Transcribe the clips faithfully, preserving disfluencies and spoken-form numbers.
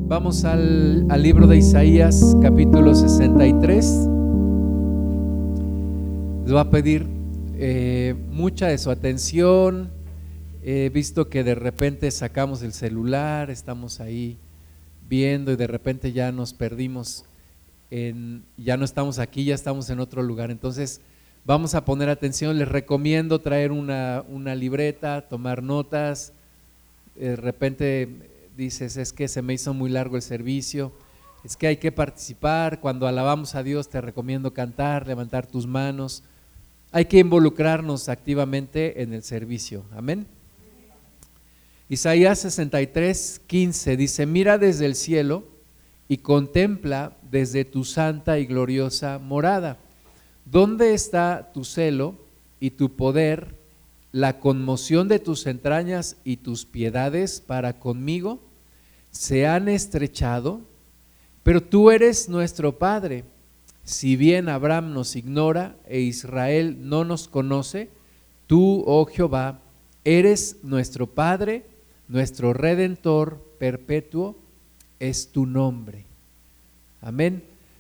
Vamos al, al libro de Isaías, capítulo sesenta y tres. Les voy a pedir eh, mucha de su atención. He visto que de repente sacamos el celular, estamos ahí viendo y de repente ya nos perdimos, en, ya no estamos aquí, ya estamos en otro lugar. Entonces vamos a poner atención. Les recomiendo traer una, una libreta, tomar notas. De repente dices, es que se me hizo muy largo el servicio, es que hay que participar. Cuando alabamos a Dios te recomiendo cantar, levantar tus manos. Hay que involucrarnos activamente en el servicio. Amén. Isaías sesenta y tres, quince dice: mira desde el cielo y contempla desde tu santa y gloriosa morada. ¿Dónde está tu celo y tu poder, la conmoción de tus entrañas y tus piedades para conmigo? Se han estrechado, pero tú eres nuestro Padre. Si bien Abraham nos ignora e Israel no nos conoce, tú, oh Jehová, eres nuestro Padre, nuestro Redentor perpetuo es tu nombre. Amén.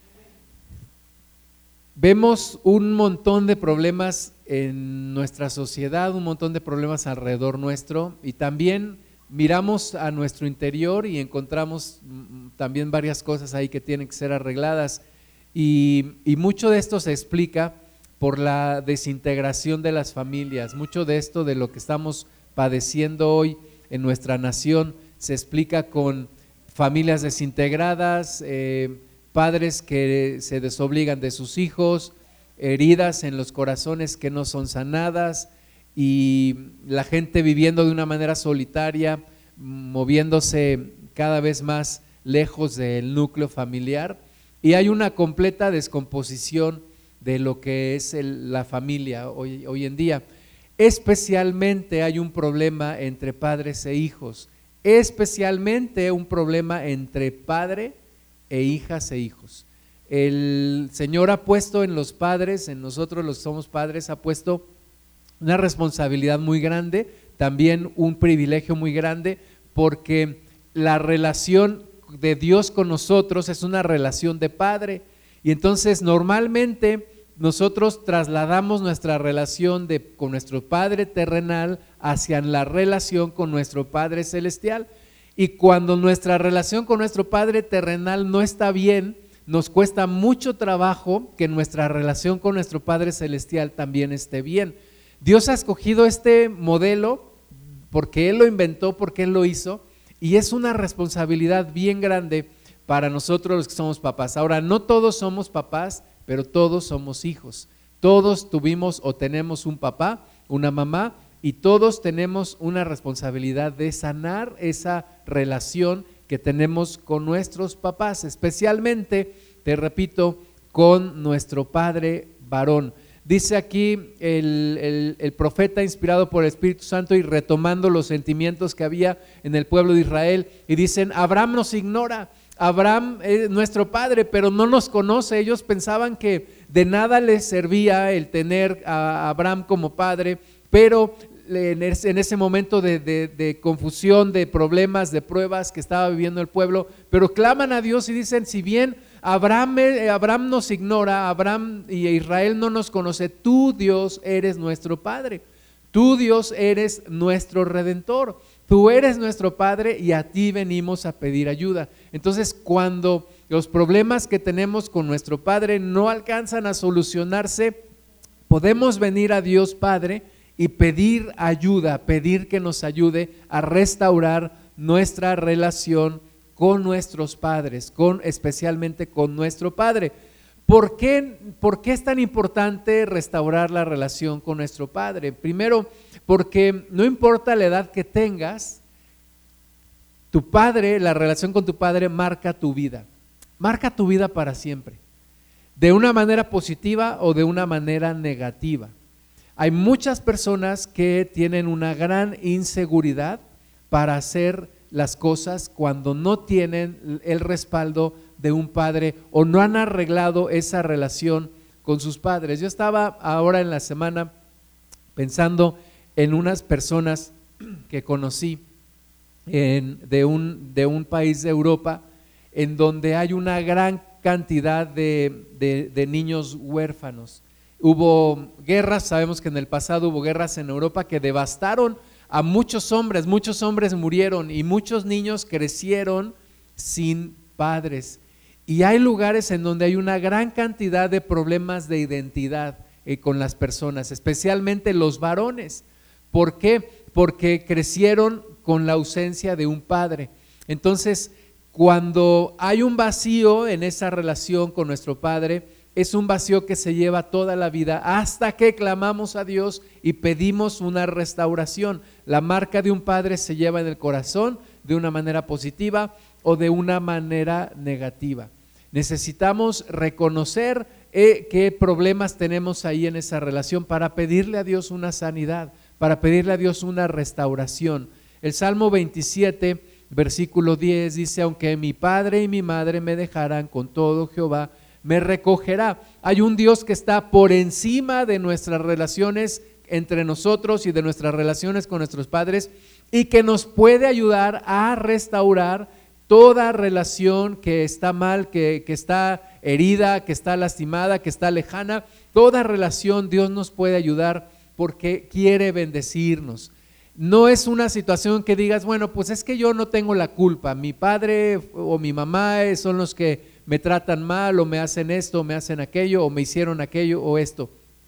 Vemos un montón de problemas en nuestra sociedad, un montón de problemas alrededor nuestro, y también miramos a nuestro interior y encontramos también varias cosas ahí que tienen que ser arregladas, y, y mucho de esto se explica por la desintegración de las familias. Mucho de esto, de lo que estamos padeciendo hoy en nuestra nación, se explica con familias desintegradas, eh, padres que se desobligan de sus hijos, heridas en los corazones que no son sanadas, y la gente viviendo de una manera solitaria, moviéndose cada vez más lejos del núcleo familiar, y hay una completa descomposición de lo que es el, la familia hoy, hoy en día. Especialmente hay un problema entre padres e hijos, especialmente un problema entre padre e hijas e hijos. El Señor ha puesto en los padres, en nosotros los que somos padres, ha puesto una responsabilidad muy grande, también un privilegio muy grande, porque la relación de Dios con nosotros es una relación de padre, y entonces normalmente nosotros trasladamos nuestra relación de, con nuestro Padre terrenal hacia la relación con nuestro Padre celestial, y cuando nuestra relación con nuestro Padre terrenal no está bien, nos cuesta mucho trabajo que nuestra relación con nuestro Padre celestial también esté bien. Dios ha escogido este modelo porque Él lo inventó, porque Él lo hizo, y es una responsabilidad bien grande para nosotros los que somos papás. Ahora, no todos somos papás, pero todos somos hijos. Todos tuvimos o tenemos un papá, una mamá, y todos tenemos una responsabilidad de sanar esa relación que tenemos con nuestros papás, especialmente, te repito, con nuestro padre varón. Dice aquí el, el, el profeta inspirado por el Espíritu Santo y retomando los sentimientos que había en el pueblo de Israel, y dicen: Abraham nos ignora, Abraham es nuestro padre, pero no nos conoce. Ellos pensaban que de nada les servía el tener a Abraham como padre, pero en ese momento de, de, de confusión, de problemas, de pruebas que estaba viviendo el pueblo, pero claman a Dios y dicen: si bien Abraham, Abraham nos ignora, Abraham y Israel no nos conoce, tú, Dios, eres nuestro Padre, tú, Dios, eres nuestro Redentor, tú eres nuestro Padre y a ti venimos a pedir ayuda. Entonces, cuando los problemas que tenemos con nuestro Padre no alcanzan a solucionarse, podemos venir a Dios Padre y pedir ayuda, pedir que nos ayude a restaurar nuestra relación con nuestros padres, con, especialmente con nuestro Padre. ¿Por qué, ¿Por qué es tan importante restaurar la relación con nuestro Padre? Primero, porque no importa la edad que tengas, tu Padre, la relación con tu Padre marca tu vida, marca tu vida para siempre, de una manera positiva o de una manera negativa. Hay muchas personas que tienen una gran inseguridad para hacer las cosas cuando no tienen el respaldo de un padre o no han arreglado esa relación con sus padres. Yo estaba ahora en la semana pensando en unas personas que conocí en, de, un, de un país de Europa en donde hay una gran cantidad de, de, de niños huérfanos. Hubo guerras, sabemos que en el pasado hubo guerras en Europa que devastaron a muchos hombres, muchos hombres murieron y muchos niños crecieron sin padres. Y hay lugares en donde hay una gran cantidad de problemas de identidad eh, con las personas, especialmente los varones. ¿Por qué? Porque crecieron con la ausencia de un padre. Entonces, cuando hay un vacío en esa relación con nuestro Padre, es un vacío que se lleva toda la vida hasta que clamamos a Dios y pedimos una restauración. La marca de un padre se lleva en el corazón de una manera positiva o de una manera negativa. Necesitamos reconocer eh, qué problemas tenemos ahí en esa relación para pedirle a Dios una sanidad, para pedirle a Dios una restauración. El Salmo veintisiete, versículo diez dice: aunque mi padre y mi madre me dejaran, con todo Jehová me recogerá. Hay un Dios que está por encima de nuestras relaciones entre nosotros y de nuestras relaciones con nuestros padres y que nos puede ayudar a restaurar toda relación que está mal, que, que está herida, que está lastimada, que está lejana. Toda relación Dios nos puede ayudar porque quiere bendecirnos. No es una situación que digas, bueno, pues es que yo no tengo la culpa, mi padre o mi mamá son los que me tratan mal o me hacen esto o me hacen aquello o me hicieron aquello o esto.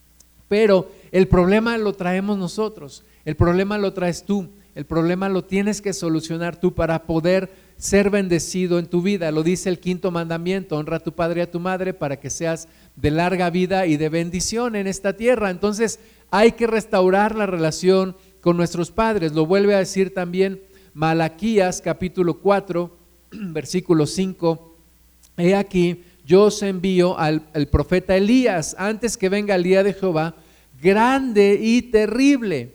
Pero el problema lo traemos nosotros, el problema lo traes tú, el problema lo tienes que solucionar tú para poder ser bendecido en tu vida. Lo dice el quinto mandamiento: honra a tu padre y a tu madre para que seas de larga vida y de bendición en esta tierra. Entonces hay que restaurar la relación con nuestros padres. Lo vuelve a decir también Malaquías capítulo cuatro, versículo cinco. He aquí, yo os envío al, al profeta Elías antes que venga el día de Jehová, grande y terrible.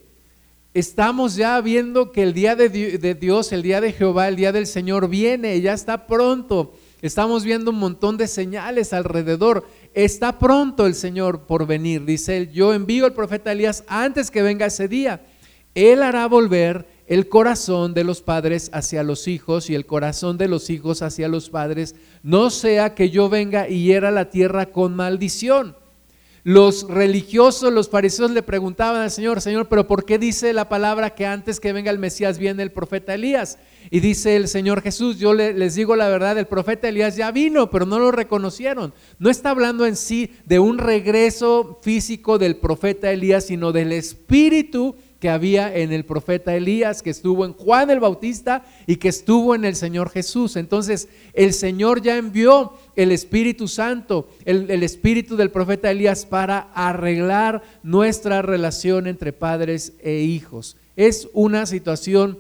Estamos ya viendo que el día de, de Dios, el día de Jehová, el día del Señor viene, ya está pronto. Estamos viendo un montón de señales alrededor. Está pronto el Señor por venir. Dice él: yo envío al profeta Elías antes que venga ese día. Él hará volver el corazón de los padres hacia los hijos y el corazón de los hijos hacia los padres, no sea que yo venga y hiera la tierra con maldición. Los religiosos, los fariseos le preguntaban al Señor: Señor, pero ¿por qué dice la palabra que antes que venga el Mesías viene el profeta Elías? Y dice el Señor Jesús: yo le, les digo la verdad, el profeta Elías ya vino, pero no lo reconocieron. No está hablando en sí de un regreso físico del profeta Elías, sino del espíritu que había en el profeta Elías, que estuvo en Juan el Bautista y que estuvo en el Señor Jesús. Entonces el Señor ya envió el Espíritu Santo, el, el espíritu del profeta Elías, para arreglar nuestra relación entre padres e hijos. Es una situación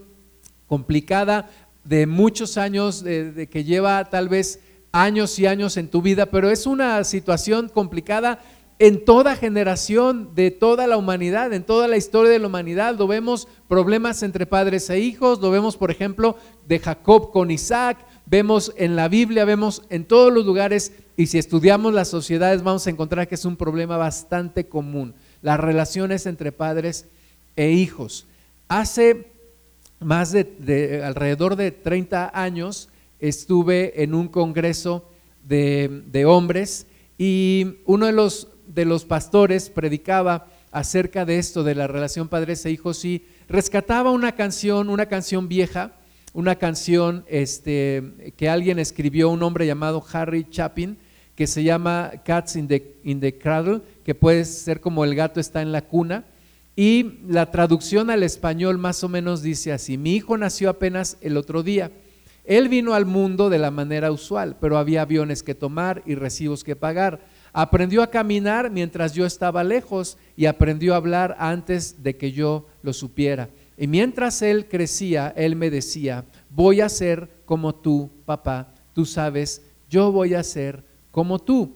complicada de muchos años, de, de que lleva tal vez años y años en tu vida, pero es una situación complicada en toda generación de toda la humanidad, en toda la historia de la humanidad. Lo vemos, problemas entre padres e hijos, lo vemos por ejemplo de Jacob con Isaac, vemos en la Biblia, vemos en todos los lugares, y si estudiamos las sociedades vamos a encontrar que es un problema bastante común, las relaciones entre padres e hijos. Hace más de, de alrededor de treinta años estuve en un congreso de, de hombres, y uno de los de los pastores predicaba acerca de esto, de la relación padres e hijos, y rescataba una canción, una canción vieja, una canción este, que alguien escribió, un hombre llamado Harry Chapin, que se llama Cats in the, in the Cradle, que puede ser como el gato está en la cuna, y la traducción al español más o menos dice así: mi hijo nació apenas el otro día. Él vino al mundo de la manera usual, pero había aviones que tomar y recibos que pagar. Aprendió a caminar mientras yo estaba lejos y aprendió a hablar antes de que yo lo supiera. Y mientras él crecía, él me decía: voy a ser como tú, papá, tú sabes, yo voy a ser como tú.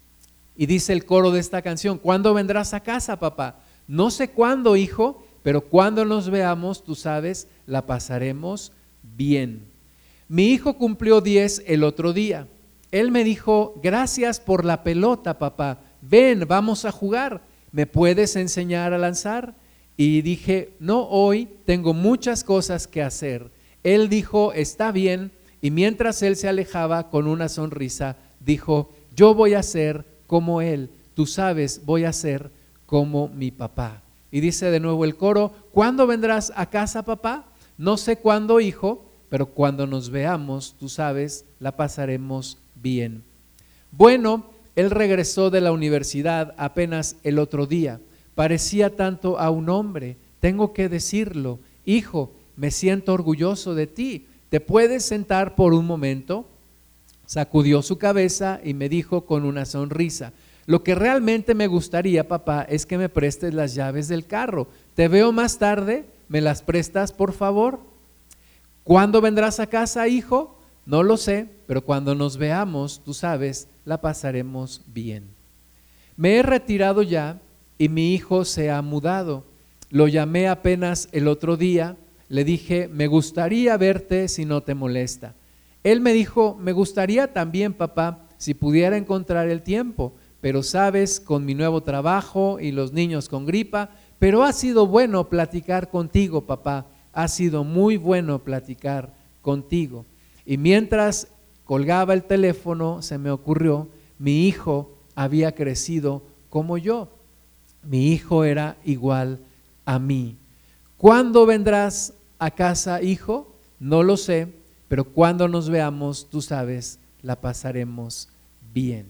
Y dice el coro de esta canción: ¿cuándo vendrás a casa, papá? No sé cuándo, hijo, pero cuando nos veamos, tú sabes, la pasaremos bien. Mi hijo cumplió diez el otro día. Él me dijo: gracias por la pelota, papá, ven, vamos a jugar, ¿me puedes enseñar a lanzar? Y dije: no hoy, tengo muchas cosas que hacer. Él dijo: está bien, y mientras él se alejaba con una sonrisa, dijo: yo voy a ser como él, tú sabes, voy a ser como mi papá. Y dice de nuevo el coro: ¿cuándo vendrás a casa, papá? No sé cuándo, hijo, pero cuando nos veamos, tú sabes, la pasaremos bien. Bueno, él regresó de la universidad apenas el otro día. Parecía tanto a un hombre. Tengo que decirlo: hijo, me siento orgulloso de ti. ¿Te puedes sentar por un momento? Sacudió su cabeza y me dijo con una sonrisa: lo que realmente me gustaría, papá, es que me prestes las llaves del carro. Te veo más tarde, ¿me las prestas, por favor? ¿Cuándo vendrás a casa, hijo? No lo sé, pero cuando nos veamos, tú sabes, la pasaremos bien. Me he retirado ya y mi hijo se ha mudado. Lo llamé apenas el otro día, le dije: me gustaría verte si no te molesta. Él me dijo: me gustaría también, papá, si pudiera encontrar el tiempo, pero sabes, con mi nuevo trabajo y los niños con gripa, pero ha sido bueno platicar contigo, papá, ha sido muy bueno platicar contigo. Y mientras colgaba el teléfono, se me ocurrió: mi hijo había crecido como yo, mi hijo era igual a mí. ¿Cuándo vendrás a casa, hijo? No lo sé, pero cuando nos veamos, tú sabes, la pasaremos bien.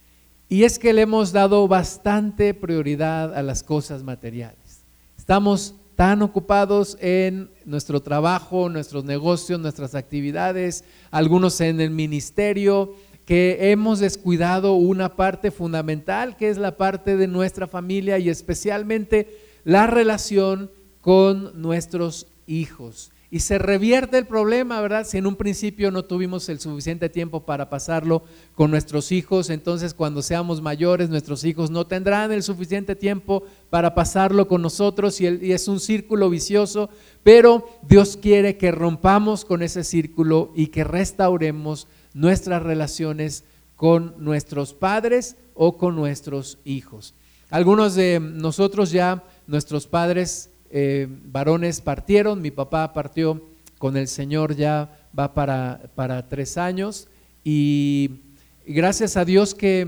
Y es que le hemos dado bastante prioridad a las cosas materiales. Estamos tan ocupados en nuestro trabajo, nuestros negocios, nuestras actividades, algunos en el ministerio, que hemos descuidado una parte fundamental, que es la parte de nuestra familia y especialmente la relación con nuestros hijos. Y se revierte el problema, ¿verdad? Si en un principio no tuvimos el suficiente tiempo para pasarlo con nuestros hijos, entonces cuando seamos mayores, nuestros hijos no tendrán el suficiente tiempo para pasarlo con nosotros, y, el, y es un círculo vicioso, pero Dios quiere que rompamos con ese círculo y que restauremos nuestras relaciones con nuestros padres o con nuestros hijos. Algunos de nosotros ya, nuestros padres Eh, varones partieron. Mi papá partió con el Señor, ya va para, para tres años y, y gracias a Dios que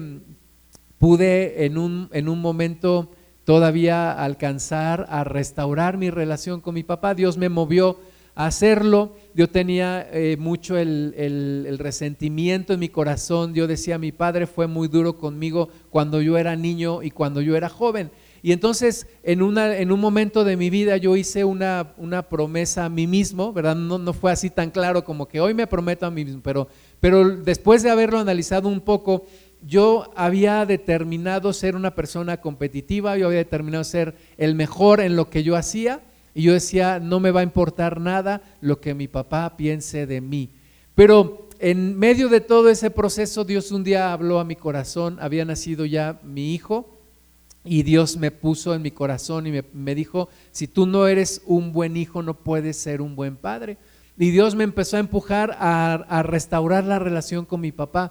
pude en un, en un momento todavía alcanzar a restaurar mi relación con mi papá. Dios me movió a hacerlo. Yo tenía eh, mucho el, el, el resentimiento en mi corazón. Yo decía: mi padre fue muy duro conmigo cuando yo era niño y cuando yo era joven. Y entonces en, una, en un momento de mi vida yo hice una, una promesa a mí mismo, ¿verdad? No, no fue así tan claro como que hoy me prometo a mí mismo, pero, pero después de haberlo analizado un poco, yo había determinado ser una persona competitiva, yo había determinado ser el mejor en lo que yo hacía, y yo decía: no me va a importar nada lo que mi papá piense de mí. Pero en medio de todo ese proceso, Dios un día habló a mi corazón. Había nacido ya mi hijo, y Dios me puso en mi corazón y me, me dijo: si tú no eres un buen hijo, no puedes ser un buen padre. Y Dios me empezó a empujar a, a restaurar la relación con mi papá.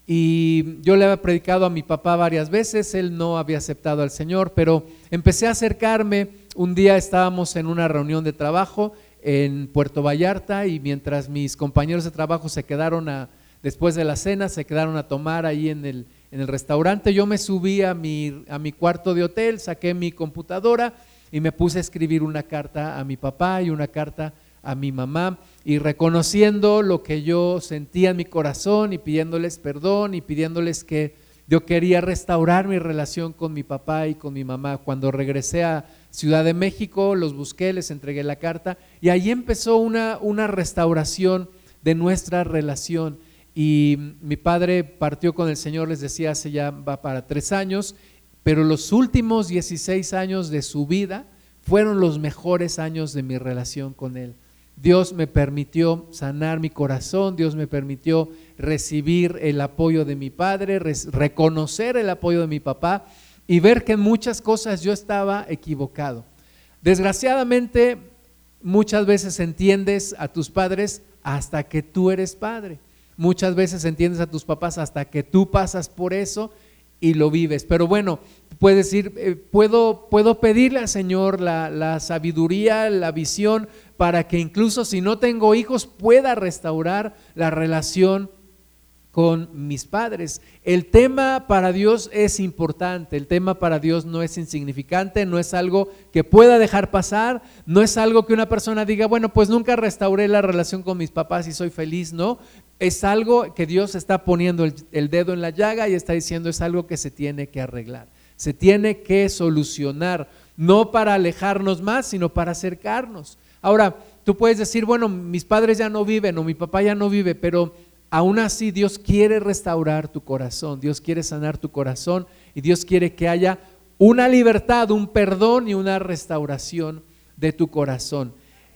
Y yo le había predicado a mi papá varias veces, él no había aceptado al Señor, pero empecé a acercarme. Un día estábamos en una reunión de trabajo en Puerto Vallarta, y mientras mis compañeros de trabajo se quedaron a, después de la cena, se quedaron a tomar ahí en el En el restaurante, yo me subí a mi, a mi cuarto de hotel, saqué mi computadora y me puse a escribir una carta a mi papá y una carta a mi mamá, y reconociendo lo que yo sentía en mi corazón y pidiéndoles perdón y pidiéndoles que yo quería restaurar mi relación con mi papá y con mi mamá. Cuando regresé a Ciudad de México, los busqué, les entregué la carta y ahí empezó una, una restauración de nuestra relación. Y mi padre partió con el Señor, les decía, hace ya va para tres años, pero los últimos dieciséis años de su vida fueron los mejores años de mi relación con él. Dios me permitió sanar mi corazón, Dios me permitió recibir el apoyo de mi padre, reconocer el apoyo de mi papá y ver que en muchas cosas yo estaba equivocado. Desgraciadamente, muchas veces entiendes a tus padres hasta que tú eres padre. Muchas veces entiendes a tus papás hasta que tú pasas por eso, y lo vives. Pero bueno, puedes decir, eh, puedo, puedo pedirle al Señor la, la sabiduría, la visión, para que incluso si no tengo hijos pueda restaurar la relación con mis padres. El tema para Dios es importante, el tema para Dios no es insignificante, no es algo que pueda dejar pasar, no es algo que una persona diga, bueno, pues nunca restauré la relación con mis papás y soy feliz, no. Es algo que Dios está poniendo el, el dedo en la llaga y está diciendo, es algo que se tiene que arreglar, se tiene que solucionar, no para alejarnos más, sino para acercarnos. Ahora, tú puedes decir, bueno, mis padres ya no viven o mi papá ya no vive, pero aún así Dios quiere restaurar tu corazón, Dios quiere sanar tu corazón y Dios quiere que haya una libertad, un perdón y una restauración de tu corazón.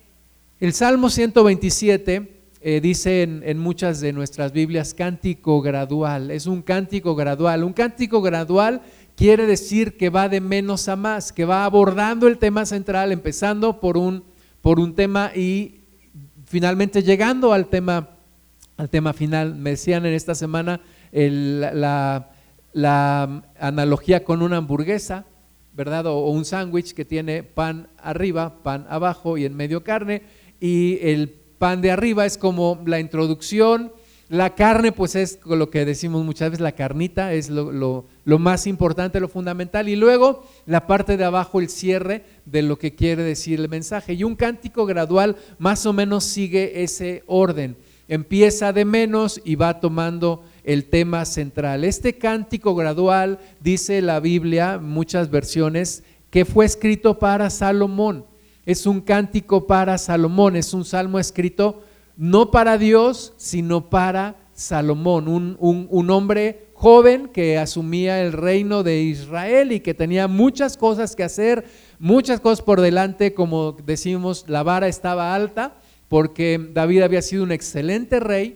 El Salmo ciento veintisiete eh, dice en, en muchas de nuestras Biblias cántico gradual, es un cántico gradual. Un cántico gradual quiere decir que va de menos a más, que va abordando el tema central, empezando por un, por un tema y finalmente llegando al tema al tema final. Me decían en esta semana el, la, la analogía con una hamburguesa, ¿verdad? O, o un sándwich que tiene pan arriba, pan abajo y en medio carne, y el pan de arriba es como la introducción, la carne pues es lo que decimos muchas veces, la carnita es lo, lo, lo más importante, lo fundamental, y luego la parte de abajo, el cierre de lo que quiere decir el mensaje. Y un cántico gradual más o menos sigue ese orden. Empieza de menos y va tomando el tema central. Este cántico gradual, dice la Biblia, muchas versiones, que fue escrito para Salomón. Es un cántico para Salomón, es un salmo escrito no para Dios, sino para Salomón, un, un, un hombre joven que asumía el reino de Israel y que tenía muchas cosas que hacer, muchas cosas por delante, como decimos, la vara estaba alta, porque David había sido un excelente rey,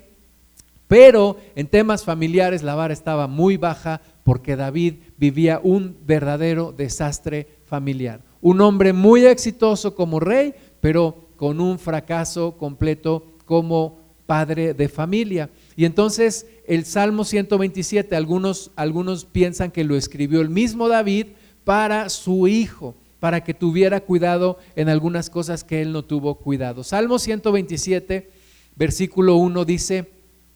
pero en temas familiares la vara estaba muy baja porque David vivía un verdadero desastre familiar. Un hombre muy exitoso como rey, pero con un fracaso completo como padre de familia. Y entonces el Salmo ciento veintisiete, algunos, algunos piensan que lo escribió el mismo David para su hijo, para que tuviera cuidado en algunas cosas que él no tuvo cuidado. Salmo ciento veintisiete, versículo uno dice,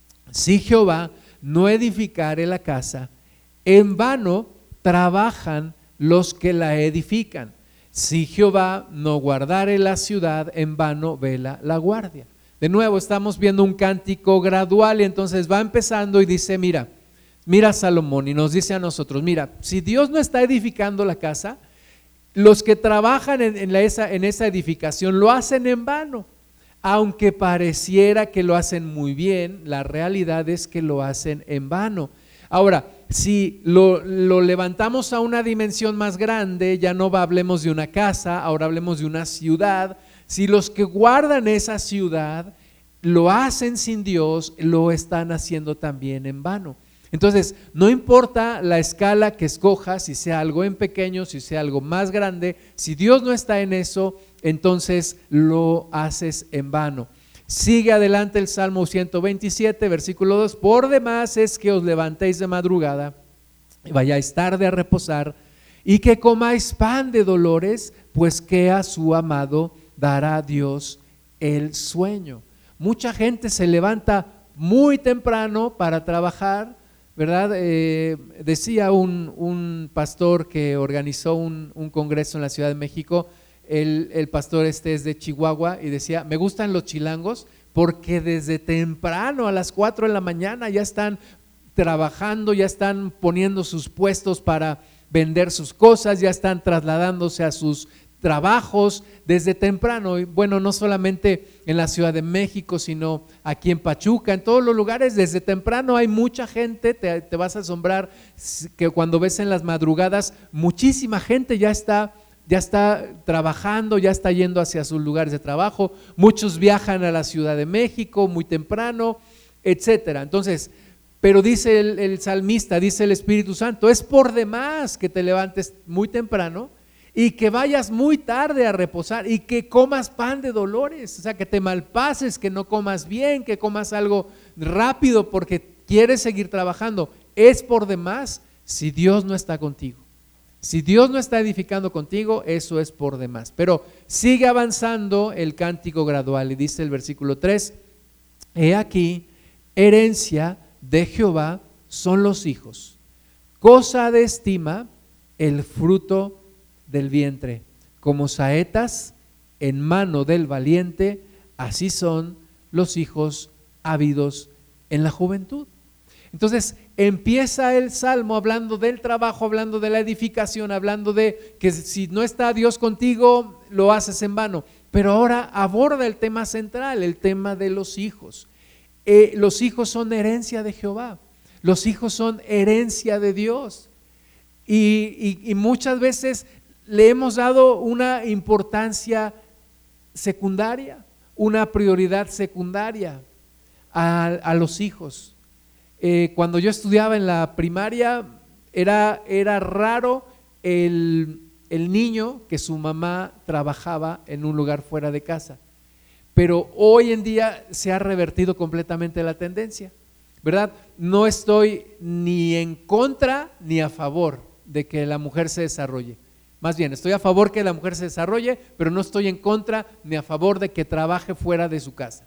si Jehová no edificare la casa, en vano trabajan los que la edifican. Si Jehová no guardare la ciudad, en vano vela la guardia. De nuevo estamos viendo un cántico gradual y entonces va empezando y dice, mira, mira Salomón, y nos dice a nosotros, mira, si Dios no está edificando la casa, los que trabajan en, en, la, esa, en esa edificación lo hacen en vano, aunque pareciera que lo hacen muy bien, la realidad es que lo hacen en vano. Ahora, si lo, lo levantamos a una dimensión más grande, ya no hablemos de una casa, ahora hablemos de una ciudad. Si los que guardan esa ciudad lo hacen sin Dios, lo están haciendo también en vano. Entonces, no importa la escala que escojas, si sea algo en pequeño, si sea algo más grande, si Dios no está en eso, entonces lo haces en vano. Sigue adelante el Salmo ciento veintisiete, versículo dos, por demás es que os levantéis de madrugada y vayáis tarde a reposar y que comáis pan de dolores, pues que a su amado dará Dios el sueño. Mucha gente se levanta muy temprano para trabajar, ¿verdad? Eh, decía un, un pastor que organizó un, un congreso en la Ciudad de México, el, el pastor este es de Chihuahua, y decía, me gustan los chilangos porque desde temprano a las cuatro de la mañana ya están trabajando, ya están poniendo sus puestos para vender sus cosas, ya están trasladándose a sus trabajos desde temprano. Y bueno, no solamente en la Ciudad de México, sino aquí en Pachuca, en todos los lugares, desde temprano hay mucha gente. Te, te vas a asombrar que cuando ves en las madrugadas, muchísima gente ya está, ya está trabajando, ya está yendo hacia sus lugares de trabajo. Muchos viajan a la Ciudad de México muy temprano, etcétera. Entonces, pero dice el, el salmista, dice el Espíritu Santo, es por demás que te levantes muy temprano y que vayas muy tarde a reposar y que comas pan de dolores, o sea, que te malpases, que no comas bien, que comas algo rápido porque quieres seguir trabajando. Es por demás si Dios no está contigo. Si Dios no está edificando contigo, eso es por demás. Pero sigue avanzando el cántico gradual y dice el versículo tres, he aquí, herencia de Jehová son los hijos, cosa de estima el fruto del vientre, como saetas en mano del valiente, así son los hijos ávidos en la juventud. Entonces empieza el salmo hablando del trabajo, hablando de la edificación, hablando de que si no está Dios contigo, lo haces en vano. Pero ahora aborda el tema central, el tema de los hijos. Eh, los hijos son herencia de Jehová, los hijos son herencia de Dios. Y, y, y muchas veces le hemos dado una importancia secundaria, una prioridad secundaria a, a los hijos. Eh, cuando yo estudiaba en la primaria era, era raro el, el niño que su mamá trabajaba en un lugar fuera de casa, pero hoy en día se ha revertido completamente la tendencia, ¿verdad? No estoy ni en contra ni a favor de que la mujer se desarrolle, más bien estoy a favor que la mujer se desarrolle, pero no estoy en contra ni a favor de que trabaje fuera de su casa.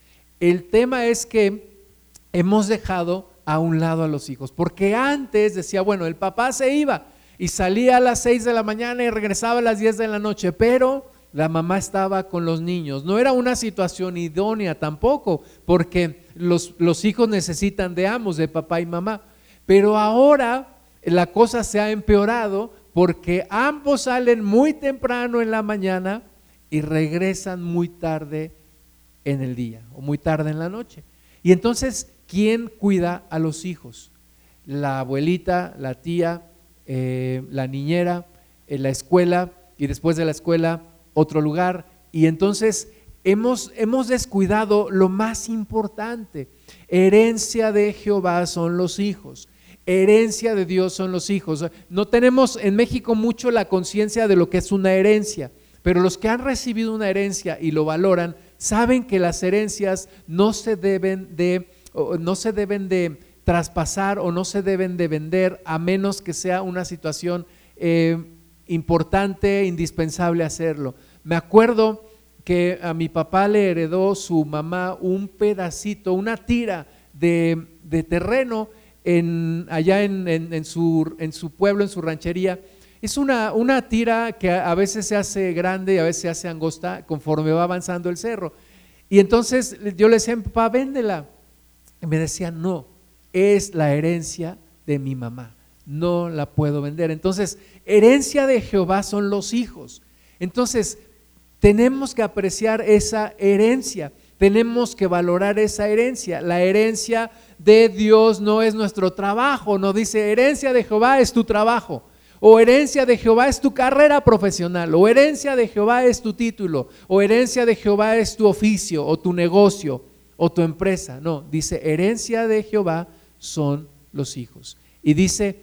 El tema es que hemos dejado a un lado a los hijos, porque antes decía, bueno, el papá se iba y salía a las seis de la mañana y regresaba a las diez de la noche, pero la mamá estaba con los niños. No era una situación idónea tampoco, porque los, los hijos necesitan de ambos, de papá y mamá, pero ahora la cosa se ha empeorado porque ambos salen muy temprano en la mañana y regresan muy tarde en el día o muy tarde en la noche. Y entonces, ¿quién cuida a los hijos? La abuelita, la tía, eh, la niñera, en la escuela, y después de la escuela otro lugar. Y entonces hemos, hemos descuidado lo más importante. Herencia de Jehová son los hijos, herencia de Dios son los hijos. No tenemos en México mucho la conciencia de lo que es una herencia, pero los que han recibido una herencia y lo valoran, saben que las herencias no se deben de, no se deben de traspasar o no se deben de vender a menos que sea una situación eh, importante, indispensable hacerlo. Me acuerdo que a mi papá le heredó su mamá un pedacito, una tira de, de terreno en, allá en, en, en, su, en su pueblo, en su ranchería. Es una, una tira que a veces se hace grande y a veces se hace angosta conforme va avanzando el cerro. Y entonces yo le decía, papá, véndela. Y me decía, no, es la herencia de mi mamá, no la puedo vender. Entonces, herencia de Jehová son los hijos. Entonces, tenemos que apreciar esa herencia, tenemos que valorar esa herencia. La herencia de Dios no es nuestro trabajo, no dice herencia de Jehová es tu trabajo, o herencia de Jehová es tu carrera profesional, o herencia de Jehová es tu título, o herencia de Jehová es tu oficio, o tu negocio, o tu empresa. No, dice herencia de Jehová son los hijos. Y dice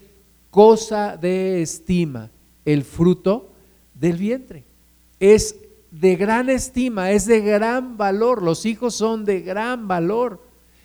cosa de estima el fruto del vientre. Es de gran estima, es de gran valor, los hijos son de gran valor.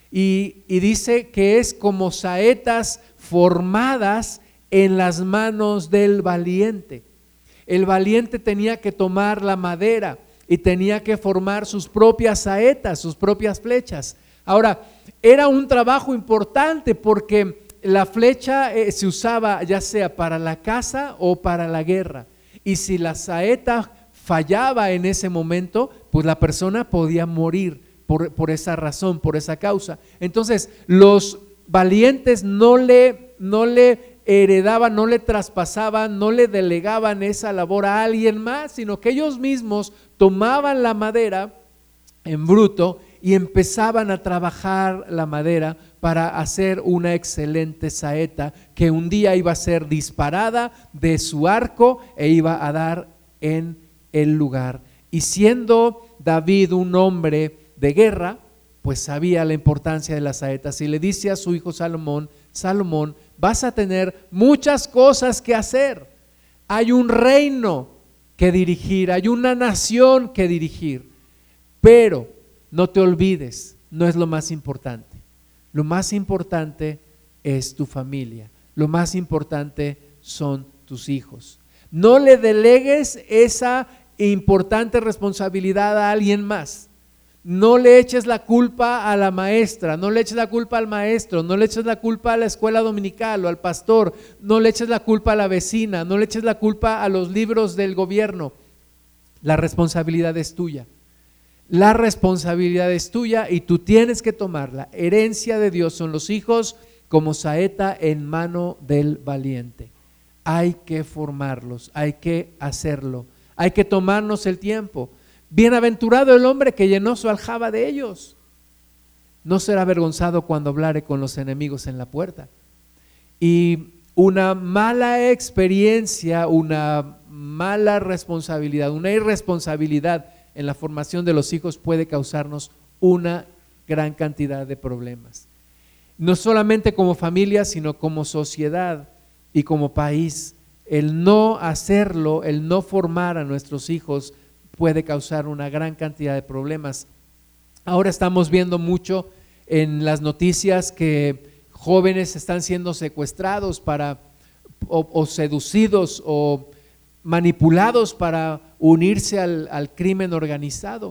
Y, y dice que es como saetas formadas en las manos del valiente. El valiente tenía que tomar la madera y tenía que formar sus propias saetas, sus propias flechas. Ahora, era un trabajo importante porque la flecha eh, se usaba ya sea para la caza o para la guerra, y si la saeta fallaba en ese momento, pues la persona podía morir por, por esa razón, por esa causa. Entonces, los valientes no le, no le heredaban, no le traspasaban, no le delegaban esa labor a alguien más, sino que ellos mismos tomaban la madera en bruto y empezaban a trabajar la madera para hacer una excelente saeta que un día iba a ser disparada de su arco e iba a dar en el lugar. Y siendo David un hombre de guerra, pues sabía la importancia de las saetas y le dice a su hijo Salomón, Salomón, vas a tener muchas cosas que hacer, hay un reino que dirigir, hay una nación que dirigir, pero no te olvides, no es lo más importante. Lo más importante es tu familia, lo más importante son tus hijos. No le delegues esa importante responsabilidad a alguien más. No le eches la culpa a la maestra, no le eches la culpa al maestro, no le eches la culpa a la escuela dominical o al pastor, no le eches la culpa a la vecina, no le eches la culpa a los libros del gobierno. La responsabilidad es tuya. La responsabilidad es tuya y tú tienes que tomarla. Herencia de Dios son los hijos como saeta en mano del valiente. Hay que formarlos, hay que hacerlo, hay que tomarnos el tiempo. Bienaventurado el hombre que llenó su aljaba de ellos. No será avergonzado cuando hablare con los enemigos en la puerta. Y una mala experiencia, una mala responsabilidad, una irresponsabilidad en la formación de los hijos puede causarnos una gran cantidad de problemas. No solamente como familia, sino como sociedad y como país. El no hacerlo, el no formar a nuestros hijos puede causar una gran cantidad de problemas. Ahora estamos viendo mucho en las noticias que jóvenes están siendo secuestrados para, o, o seducidos o manipulados para unirse al, al crimen organizado.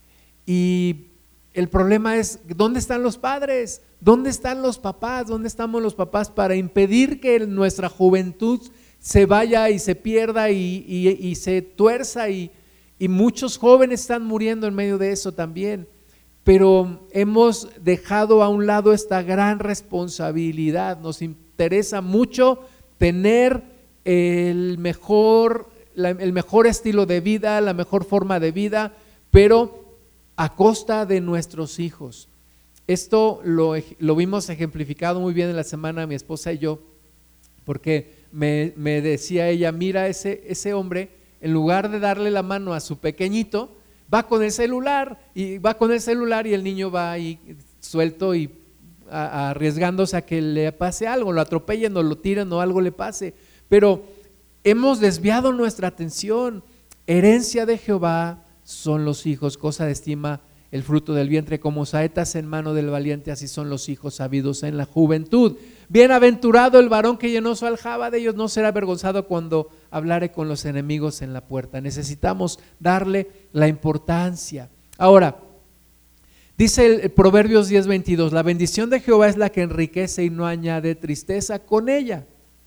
Y el problema es, ¿dónde están los padres? ¿Dónde están los papás? ¿Dónde estamos los papás para impedir que nuestra juventud se vaya y se pierda y, y, y se tuerza? Y, y muchos jóvenes están muriendo en medio de eso también. Pero hemos dejado a un lado esta gran responsabilidad. Nos interesa mucho tener el mejor, la, el mejor estilo de vida, la mejor forma de vida, pero a costa de nuestros hijos. Esto lo, lo vimos ejemplificado muy bien en la semana mi esposa y yo, porque me, me decía ella, mira ese, ese hombre, en lugar de darle la mano a su pequeñito, va con el celular y va con el celular y el niño va ahí suelto y a, a, arriesgándose a que le pase algo, lo atropellen o lo tiren o algo le pase. Pero hemos desviado nuestra atención. Herencia de Jehová son los hijos, cosa de estima el fruto del vientre, como saetas en mano del valiente, así son los hijos sabidos en la juventud. Bienaventurado el varón que llenó su aljaba de ellos, no será avergonzado cuando hablare con los enemigos en la puerta. Necesitamos darle la importancia. Ahora, dice el Proverbios diez veintidós, la bendición de Jehová es la que enriquece y no añade tristeza con ella.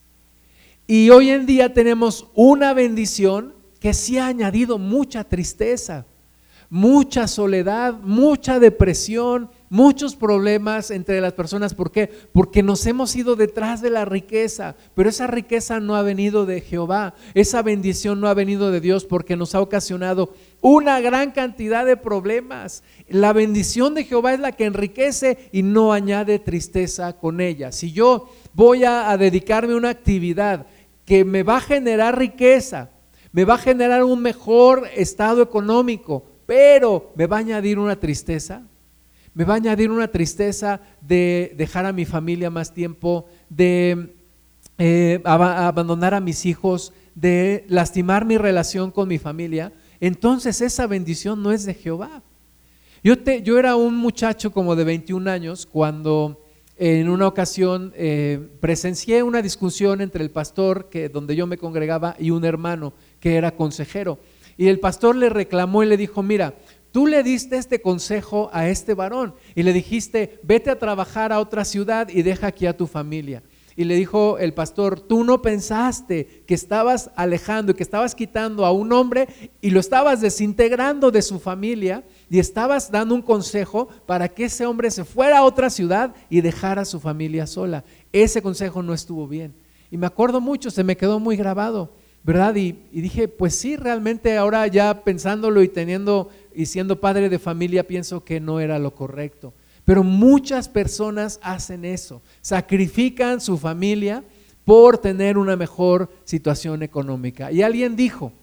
Y hoy en día tenemos una bendición que sí ha añadido mucha tristeza, mucha soledad, mucha depresión, muchos problemas entre las personas. ¿Por qué? Porque nos hemos ido detrás de la riqueza, pero esa riqueza no ha venido de Jehová, esa bendición no ha venido de Dios, porque nos ha ocasionado una gran cantidad de problemas. La bendición de Jehová es la que enriquece y no añade tristeza con ella. Si yo voy a, a dedicarme a una actividad que me va a generar riqueza, me va a generar un mejor estado económico, pero me va a añadir una tristeza, me va a añadir una tristeza de dejar a mi familia más tiempo, de eh, ab- abandonar a mis hijos, de lastimar mi relación con mi familia, entonces esa bendición no es de Jehová. Yo, te, yo era un muchacho como de veintiún años cuando en una ocasión eh, presencié una discusión entre el pastor que, donde yo me congregaba y un hermano que era consejero. Y el pastor le reclamó y le dijo, mira, tú le diste este consejo a este varón y le dijiste, vete a trabajar a otra ciudad y deja aquí a tu familia. Y le dijo el pastor, tú no pensaste que estabas alejando y que estabas quitando a un hombre y lo estabas desintegrando de su familia y estabas dando un consejo para que ese hombre se fuera a otra ciudad y dejara a su familia sola. Ese consejo no estuvo bien. Y me acuerdo mucho, se me quedó muy grabado, ¿verdad? Y, y dije, pues sí, realmente ahora ya pensándolo y teniendo y siendo padre de familia, pienso que no era lo correcto. Pero muchas personas hacen eso, sacrifican su familia por tener una mejor situación económica. Y alguien dijo,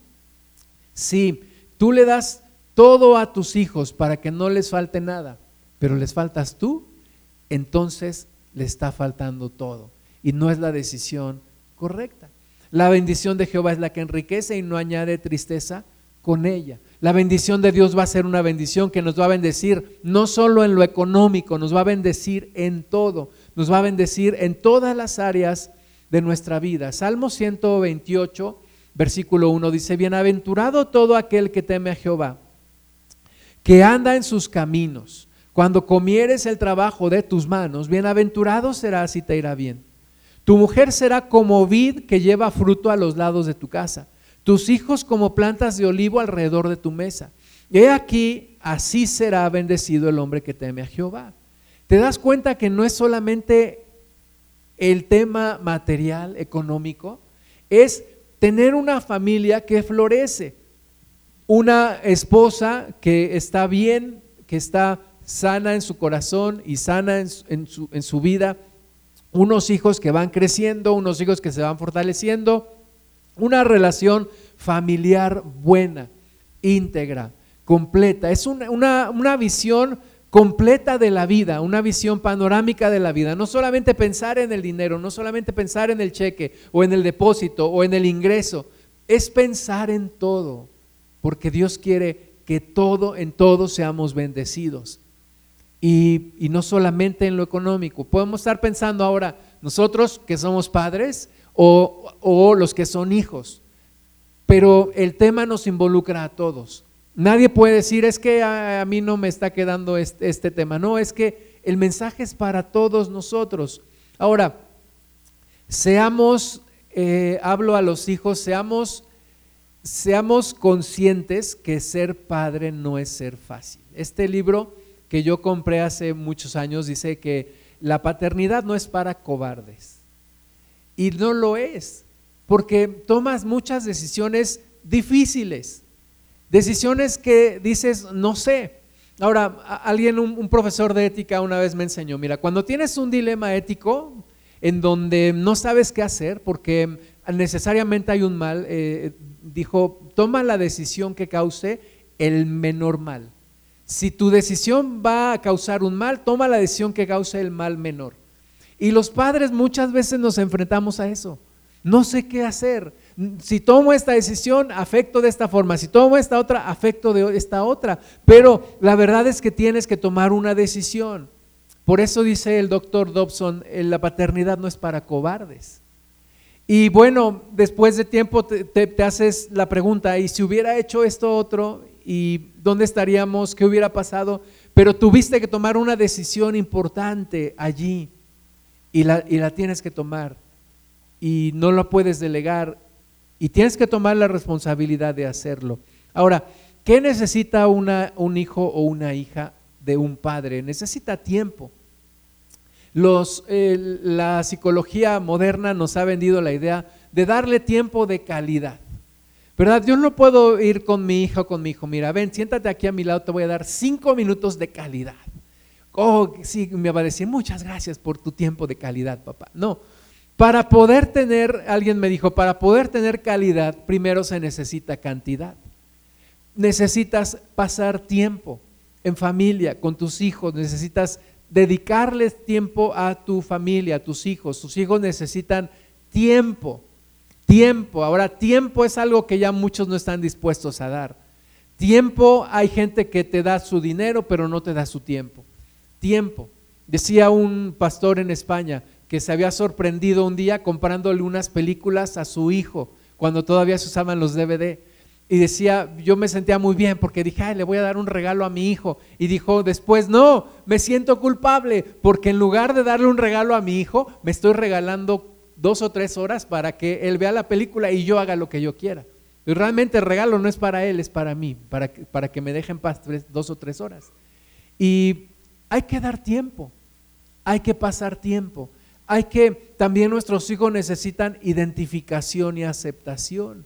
si tú le das todo a tus hijos para que no les falte nada, pero les faltas tú, entonces le está faltando todo y no es la decisión correcta. La bendición de Jehová es la que enriquece y no añade tristeza con ella. La bendición de Dios va a ser una bendición que nos va a bendecir no solo en lo económico, nos va a bendecir en todo, nos va a bendecir en todas las áreas de nuestra vida. Salmo ciento veintiocho, versículo uno dice: bienaventurado todo aquel que teme a Jehová, que anda en sus caminos. Cuando comieres el trabajo de tus manos, bienaventurado serás y te irá bien. Tu mujer será como vid que lleva fruto a los lados de tu casa, tus hijos como plantas de olivo alrededor de tu mesa. Y he aquí, así será bendecido el hombre que teme a Jehová. ¿Te das cuenta que no es solamente el tema material, económico? Es tener una familia que florece, una esposa que está bien, que está sana en su corazón y sana en su, en su, en su vida, unos hijos que van creciendo, unos hijos que se van fortaleciendo, una relación familiar buena, íntegra, completa. Es una, una, una visión completa de la vida, una visión panorámica de la vida. No solamente pensar en el dinero, no solamente pensar en el cheque o en el depósito o en el ingreso, es pensar en todo, porque Dios quiere que todo, en todo seamos bendecidos. Y, y no solamente en lo económico. Podemos estar pensando ahora nosotros que somos padres o, o los que son hijos, pero el tema nos involucra a todos. Nadie puede decir es que a, a mí no me está quedando este, este tema. No, es que el mensaje es para todos nosotros. Ahora, seamos, eh, hablo a los hijos, seamos, seamos conscientes que ser padre no es ser fácil. Este libro que yo compré hace muchos años dice que la paternidad no es para cobardes, y no lo es, porque tomas muchas decisiones difíciles, decisiones que dices no sé. Ahora, alguien, un, un profesor de ética una vez me enseñó, mira, cuando tienes un dilema ético en donde no sabes qué hacer porque necesariamente hay un mal, eh, dijo, toma la decisión que cause el menor mal. Si tu decisión va a causar un mal, toma la decisión que cause el mal menor. Y los padres muchas veces nos enfrentamos a eso. No sé qué hacer. Si tomo esta decisión, afecto de esta forma. Si tomo esta otra, afecto de esta otra. Pero la verdad es que tienes que tomar una decisión. Por eso dice el doctor Dobson, la paternidad no es para cobardes. Y bueno, después de tiempo te, te, te haces la pregunta, ¿y si hubiera hecho esto otro? ¿Y dónde estaríamos? ¿Qué hubiera pasado? Pero tuviste que tomar una decisión importante allí y la, y la tienes que tomar y no la puedes delegar y tienes que tomar la responsabilidad de hacerlo. Ahora, ¿qué necesita una, un hijo o una hija de un padre? Necesita tiempo. Los, eh, la psicología moderna nos ha vendido la idea de darle tiempo de calidad, ¿verdad? Yo no puedo ir con mi hija o con mi hijo, mira, ven, siéntate aquí a mi lado, te voy a dar cinco minutos de calidad. Oh, sí, me va a decir, muchas gracias por tu tiempo de calidad, papá. No, para poder tener, alguien me dijo, para poder tener calidad, primero se necesita cantidad. Necesitas pasar tiempo en familia, con tus hijos, necesitas dedicarles tiempo a tu familia, a tus hijos. Tus hijos necesitan tiempo. Tiempo, ahora tiempo es algo que ya muchos no están dispuestos a dar. Tiempo, hay gente que te da su dinero pero no te da su tiempo. Tiempo, decía un pastor en España que se había sorprendido un día comprándole unas películas a su hijo cuando todavía se usaban los D V D y decía, yo me sentía muy bien porque dije, ay, le voy a dar un regalo a mi hijo, y dijo después, no, me siento culpable porque en lugar de darle un regalo a mi hijo me estoy regalando dos o tres horas para que él vea la película y yo haga lo que yo quiera. Y realmente el regalo no es para él, es para mí, para que, para que me dejen paz tres, dos o tres horas. Y hay que dar tiempo, hay que pasar tiempo, hay que, también nuestros hijos necesitan identificación y aceptación.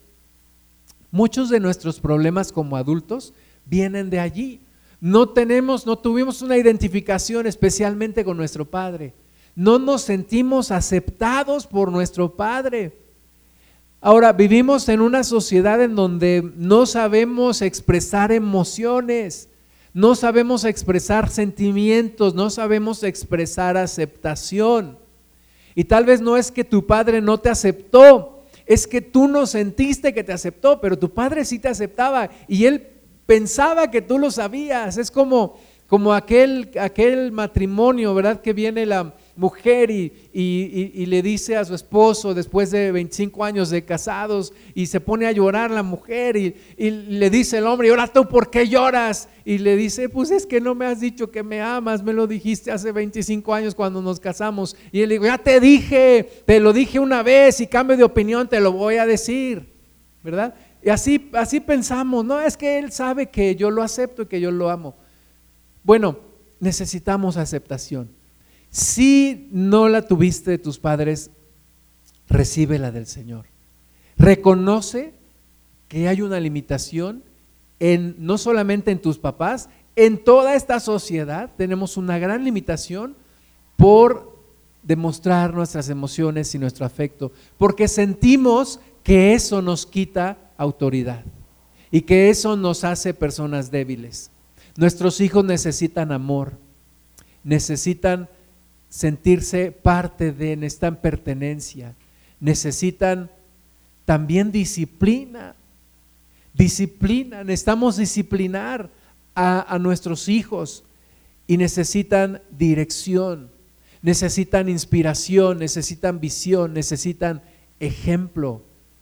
Muchos de nuestros problemas como adultos vienen de allí. No tenemos, no tuvimos una identificación especialmente con nuestro padre. No nos sentimos aceptados por nuestro padre. Ahora, vivimos en una sociedad en donde no sabemos expresar emociones, no sabemos expresar sentimientos, no sabemos expresar aceptación. Y tal vez no es que tu padre no te aceptó, es que tú no sentiste que te aceptó, pero tu padre sí te aceptaba y él pensaba que tú lo sabías. Es como, como aquel, aquel matrimonio, ¿verdad? Que viene la mujer y, y, y, y le dice a su esposo después de veinticinco años de casados y se pone a llorar la mujer y, y le dice el hombre, ¿y ahora tú por qué lloras? Y le dice, pues es que no me has dicho que me amas, me lo dijiste hace veinticinco años cuando nos casamos. Y él le dijo, ya te dije, te lo dije una vez y cambio de opinión te lo voy a decir, ¿verdad? Y así, así pensamos, no, es que él sabe que yo lo acepto y que yo lo amo. Bueno, necesitamos aceptación. Si no la tuviste de tus padres, recíbela del Señor. Reconoce que hay una limitación en, no solamente en tus papás, en toda esta sociedad tenemos una gran limitación por demostrar nuestras emociones y nuestro afecto, porque sentimos que eso nos quita autoridad y que eso nos hace personas débiles. Nuestros hijos necesitan amor, necesitan sentirse parte de, necesitan pertenencia, necesitan también disciplina, disciplina, necesitamos disciplinar a, a nuestros hijos y necesitan dirección, necesitan inspiración, necesitan visión, necesitan ejemplo.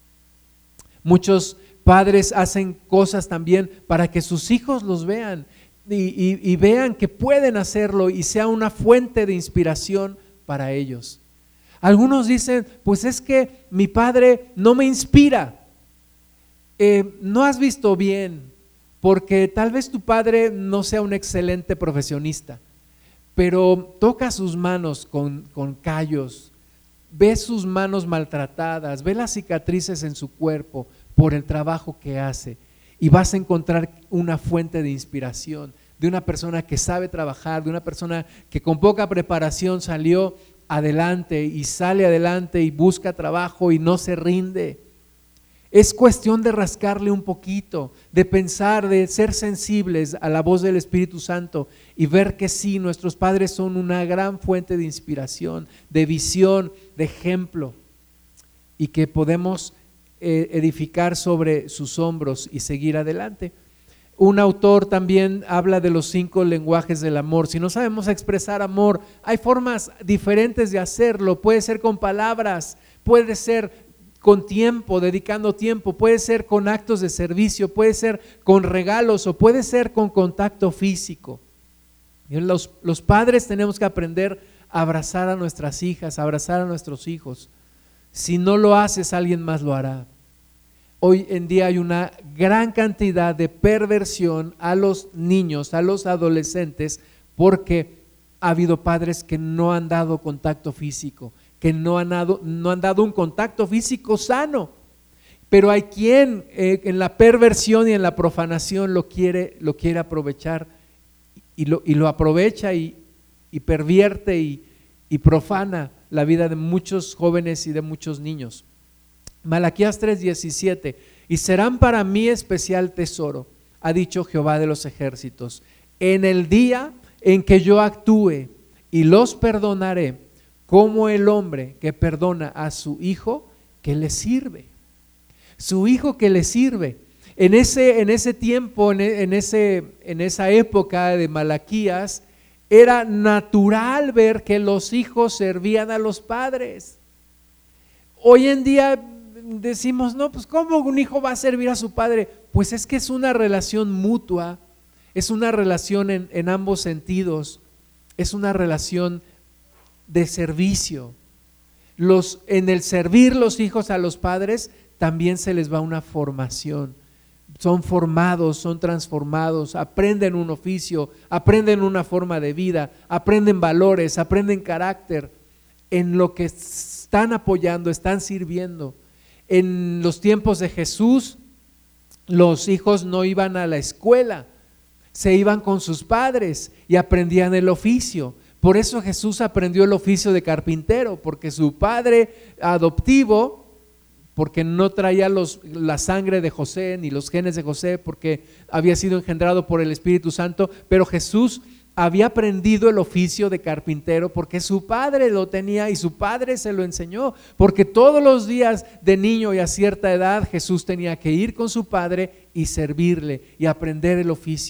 Muchos padres hacen cosas también para que sus hijos los vean y, y, y vean que pueden hacerlo y sea una fuente de inspiración para ellos. Algunos dicen, pues es que mi padre no me inspira. Eh, no has visto bien, porque tal vez tu padre no sea un excelente profesionista, pero toca sus manos con, con callos, ve sus manos maltratadas, ve las cicatrices en su cuerpo por el trabajo que hace y vas a encontrar una fuente de inspiración de una persona que sabe trabajar, de una persona que con poca preparación salió adelante y sale adelante y busca trabajo y no se rinde. Es cuestión de rascarle un poquito, de pensar, de ser sensibles a la voz del Espíritu Santo y ver que sí, nuestros padres son una gran fuente de inspiración, de visión, de ejemplo y que podemos edificar sobre sus hombros y seguir adelante. Un autor también habla de los cinco lenguajes del amor. Si no sabemos expresar amor, hay formas diferentes de hacerlo. Puede ser con palabras, puede ser con tiempo, dedicando tiempo, puede ser con actos de servicio, puede ser con regalos o puede ser con contacto físico. Los, los padres tenemos que aprender a abrazar a nuestras hijas, a abrazar a nuestros hijos. Si no lo haces, alguien más lo hará. Hoy en día hay una gran cantidad de perversión a los niños, a los adolescentes, porque ha habido padres que no han dado contacto físico, que no han dado, no han dado un contacto físico sano. Pero hay quien eh, en la perversión y en la profanación lo quiere, lo quiere aprovechar y lo, y lo aprovecha y, y pervierte y, y profana la vida de muchos jóvenes y de muchos niños. Malaquías tres diecisiete, y serán para mí especial tesoro, ha dicho Jehová de los ejércitos, en el día en que yo actúe y los perdonaré, como el hombre que perdona a su hijo que le sirve. Su hijo que le sirve. En ese, en ese tiempo, en, en, ese, en esa época de Malaquías, era natural ver que los hijos servían a los padres. Hoy en día decimos, no, pues ¿cómo un hijo va a servir a su padre? Pues es que es una relación mutua, es una relación en, en ambos sentidos, es una relación de servicio. Los, en el servir los hijos a los padres también se les va una formación, son formados, son transformados, aprenden un oficio, aprenden una forma de vida, aprenden valores, aprenden carácter en lo que están apoyando, están sirviendo. En los tiempos de Jesús, los hijos no iban a la escuela, se iban con sus padres y aprendían el oficio. Por eso Jesús aprendió el oficio de carpintero, porque su padre adoptivo, porque no traía los, la sangre de José ni los genes de José, porque había sido engendrado por el Espíritu Santo, pero Jesús había aprendido el oficio de carpintero porque su padre lo tenía y su padre se lo enseñó, porque todos los días de niño y a cierta edad Jesús tenía que ir con su padre y servirle y aprender el oficio.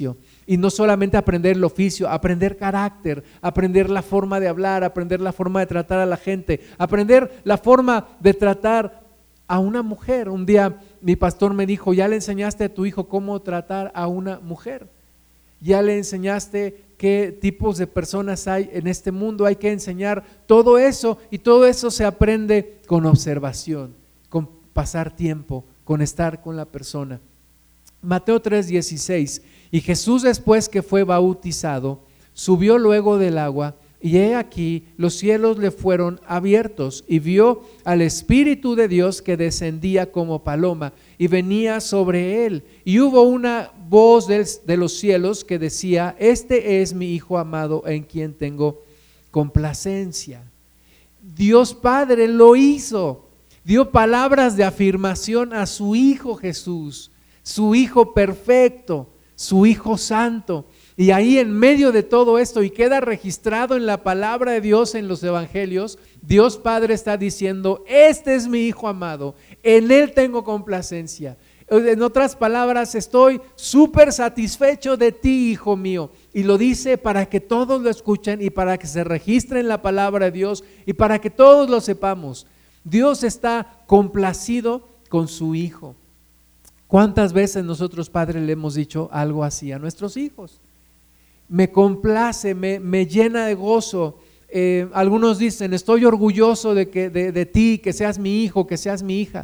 Y no solamente aprender el oficio, aprender carácter, aprender la forma de hablar, aprender la forma de tratar a la gente, aprender la forma de tratar a una mujer. Un día mi pastor me dijo, ¿ya le enseñaste a tu hijo cómo tratar a una mujer? ¿Ya le enseñaste qué tipos de personas hay en este mundo? Hay que enseñar todo eso, y todo eso se aprende con observación, con pasar tiempo, con estar con la persona. Mateo tres dieciséis, y Jesús, después que fue bautizado, subió luego del agua, y he aquí los cielos le fueron abiertos, y vio al Espíritu de Dios que descendía como paloma y venía sobre él, y hubo una voz del, de los cielos que decía: este es mi Hijo amado, en quien tengo complacencia. Dios Padre lo hizo, dio palabras de afirmación a su Hijo Jesús, su Hijo perfecto, su Hijo santo. Y ahí, en medio de todo esto, y queda registrado en la palabra de Dios, en los evangelios, Dios Padre está diciendo: este es mi Hijo amado, en él tengo complacencia. En otras palabras, estoy súper satisfecho de ti, hijo mío. Y lo dice para que todos lo escuchen, y para que se registre en la palabra de Dios, y para que todos lo sepamos. Dios está complacido con su Hijo. ¿Cuántas veces nosotros, padres, le hemos dicho algo así a nuestros hijos? Me complace, me, me llena de gozo. Eh, algunos dicen: estoy orgulloso de, que, de, de ti, que seas mi hijo, que seas mi hija.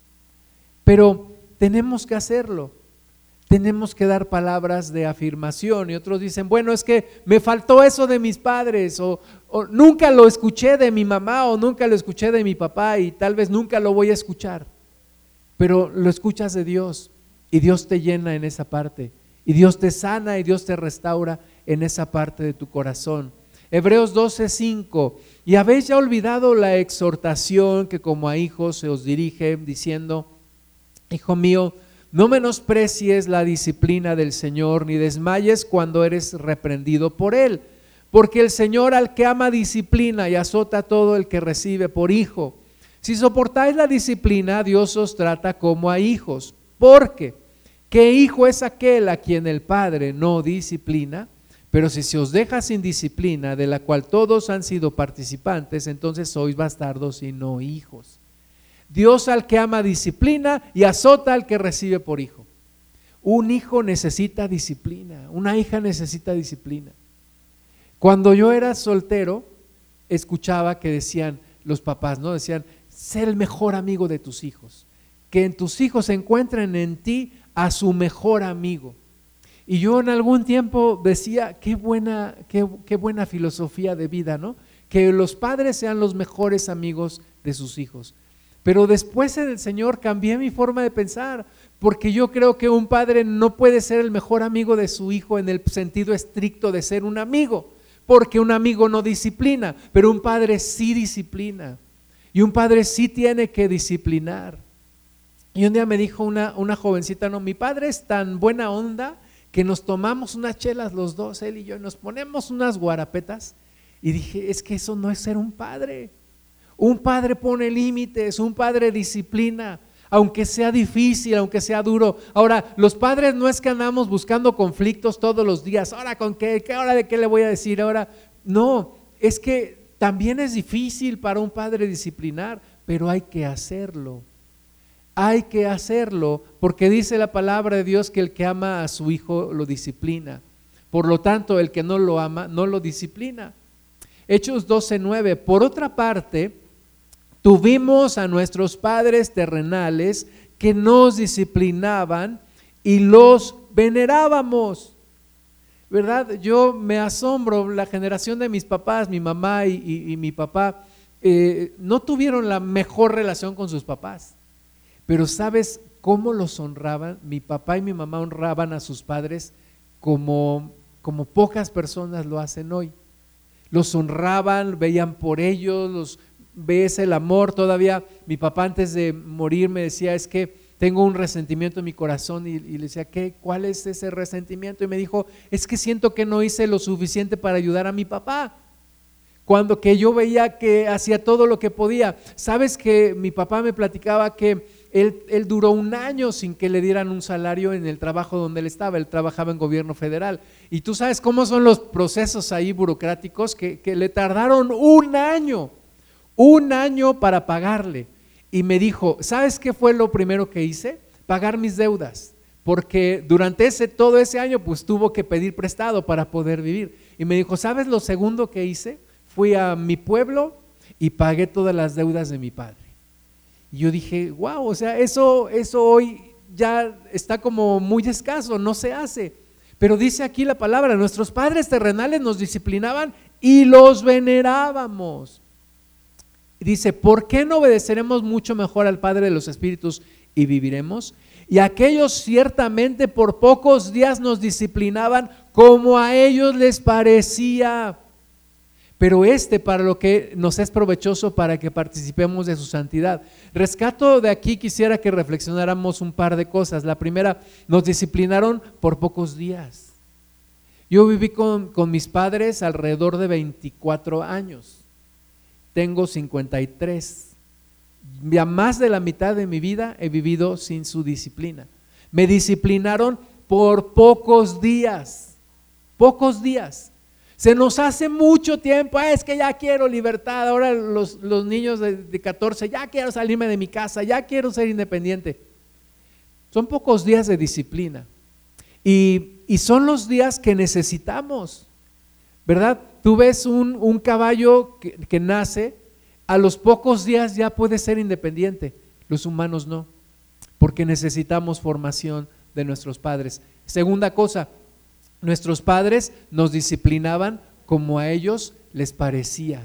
Pero tenemos que hacerlo, tenemos que dar palabras de afirmación. Y otros dicen: bueno, es que me faltó eso de mis padres, o, o nunca lo escuché de mi mamá, o nunca lo escuché de mi papá, y tal vez nunca lo voy a escuchar. Pero lo escuchas de Dios, y Dios te llena en esa parte, y Dios te sana, y Dios te restaura en esa parte de tu corazón. Hebreos doce cinco, y habéis ya olvidado la exhortación que como a hijos se os dirige, diciendo: hijo mío, no menosprecies la disciplina del Señor, ni desmayes cuando eres reprendido por Él, porque el Señor al que ama disciplina y azota a todo el que recibe por hijo. Si soportáis la disciplina, Dios os trata como a hijos. Porque ¿qué hijo es aquel a quien el Padre no disciplina? Pero si se os deja sin disciplina, de la cual todos han sido participantes, entonces sois bastardos y no hijos. Dios al que ama disciplina y azota al que recibe por hijo. Un hijo necesita disciplina, una hija necesita disciplina. Cuando yo era soltero, escuchaba que decían los papás, ¿no? Decían: sé el mejor amigo de tus hijos, que en tus hijos encuentren en ti a su mejor amigo. Y yo en algún tiempo decía: qué buena, qué, qué buena filosofía de vida, ¿no? Que los padres sean los mejores amigos de sus hijos. Pero después en el Señor cambié mi forma de pensar, porque yo creo que un padre no puede ser el mejor amigo de su hijo en el sentido estricto de ser un amigo, porque un amigo no disciplina, pero un padre sí disciplina, y un padre sí tiene que disciplinar. Y un día me dijo una, una jovencita: no, mi padre es tan buena onda que nos tomamos unas chelas los dos, él y yo, y nos ponemos unas guarapetas. Y dije: es que eso no es ser un padre. Un padre pone límites, un padre disciplina, aunque sea difícil, aunque sea duro. Ahora, los padres no es que andamos buscando conflictos todos los días. Ahora, ¿con qué? ¿Qué hora de qué le voy a decir ahora? No, es que también es difícil para un padre disciplinar, pero hay que hacerlo. Hay que hacerlo, porque dice la palabra de Dios que el que ama a su hijo lo disciplina. Por lo tanto, el que no lo ama no lo disciplina. Hechos doce nueve. Por otra parte, tuvimos a nuestros padres terrenales que nos disciplinaban y los venerábamos. ¿Verdad? Yo me asombro, la generación de mis papás, mi mamá y, y, y mi papá, eh, no tuvieron la mejor relación con sus papás. Pero ¿sabes cómo los honraban? Mi papá y mi mamá honraban a sus padres como, como pocas personas lo hacen hoy. Los honraban, veían por ellos, los, ves el amor. Todavía mi papá, antes de morir, me decía: es que tengo un resentimiento en mi corazón. Y, y le decía: ¿qué? ¿Cuál es ese resentimiento? Y me dijo: es que siento que no hice lo suficiente para ayudar a mi papá, cuando que yo veía que hacía todo lo que podía. Sabes que mi papá me platicaba que él, él duró un año sin que le dieran un salario en el trabajo donde él estaba. Él trabajaba en gobierno federal. Y tú sabes cómo son los procesos ahí burocráticos, que, que le tardaron un año, un año para pagarle. Y me dijo, ¿sabes qué fue lo primero que hice? Pagar mis deudas, porque durante ese, todo ese año pues tuvo que pedir prestado para poder vivir. Y me dijo, ¿sabes lo segundo que hice? Fui a mi pueblo y pagué todas las deudas de mi padre. Y yo dije, wow, o sea, eso, eso hoy ya está como muy escaso, no se hace. Pero dice aquí la palabra, nuestros padres terrenales nos disciplinaban y los venerábamos. Dice, ¿por qué no obedeceremos mucho mejor al Padre de los Espíritus y viviremos? Y aquellos ciertamente por pocos días nos disciplinaban como a ellos les parecía, pero este para lo que nos es provechoso para que participemos de su santidad. Rescato de aquí, quisiera que reflexionáramos un par de cosas. La primera, nos disciplinaron por pocos días. Yo viví con, con mis padres alrededor de veinticuatro años, tengo cincuenta y tres. Ya más de la mitad de mi vida he vivido sin su disciplina. Me disciplinaron por pocos días, pocos días. Se nos hace mucho tiempo, ah, es que ya quiero libertad, ahora los, los niños de, de catorce, ya quiero salirme de mi casa, ya quiero ser independiente. Son pocos días de disciplina y, y son los días que necesitamos, ¿verdad? Tú ves un, un caballo que, que nace, a los pocos días ya puede ser independiente, los humanos no, porque necesitamos formación de nuestros padres. Segunda cosa, nuestros padres nos disciplinaban como a ellos les parecía.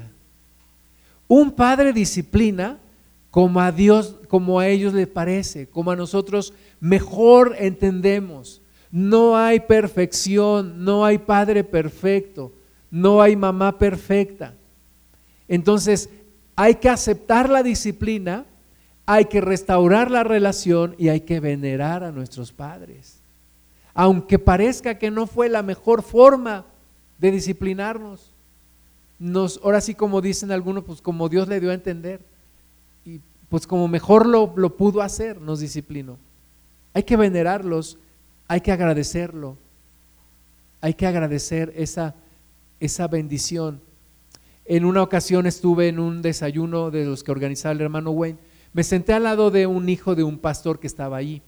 Un padre disciplina como a Dios, como a ellos les parece, como a nosotros mejor entendemos. No hay perfección, no hay padre perfecto, no hay mamá perfecta. Entonces hay que aceptar la disciplina, hay que restaurar la relación y hay que venerar a nuestros padres. Aunque parezca que no fue la mejor forma de disciplinarnos, nos, ahora sí como dicen algunos, pues como Dios le dio a entender, y pues como mejor lo, lo pudo hacer, nos disciplinó. Hay que venerarlos, hay que agradecerlo, hay que agradecer esa, esa bendición. En una ocasión estuve en un desayuno de los que organizaba el hermano Wayne, me senté al lado de un hijo de un pastor que estaba allí.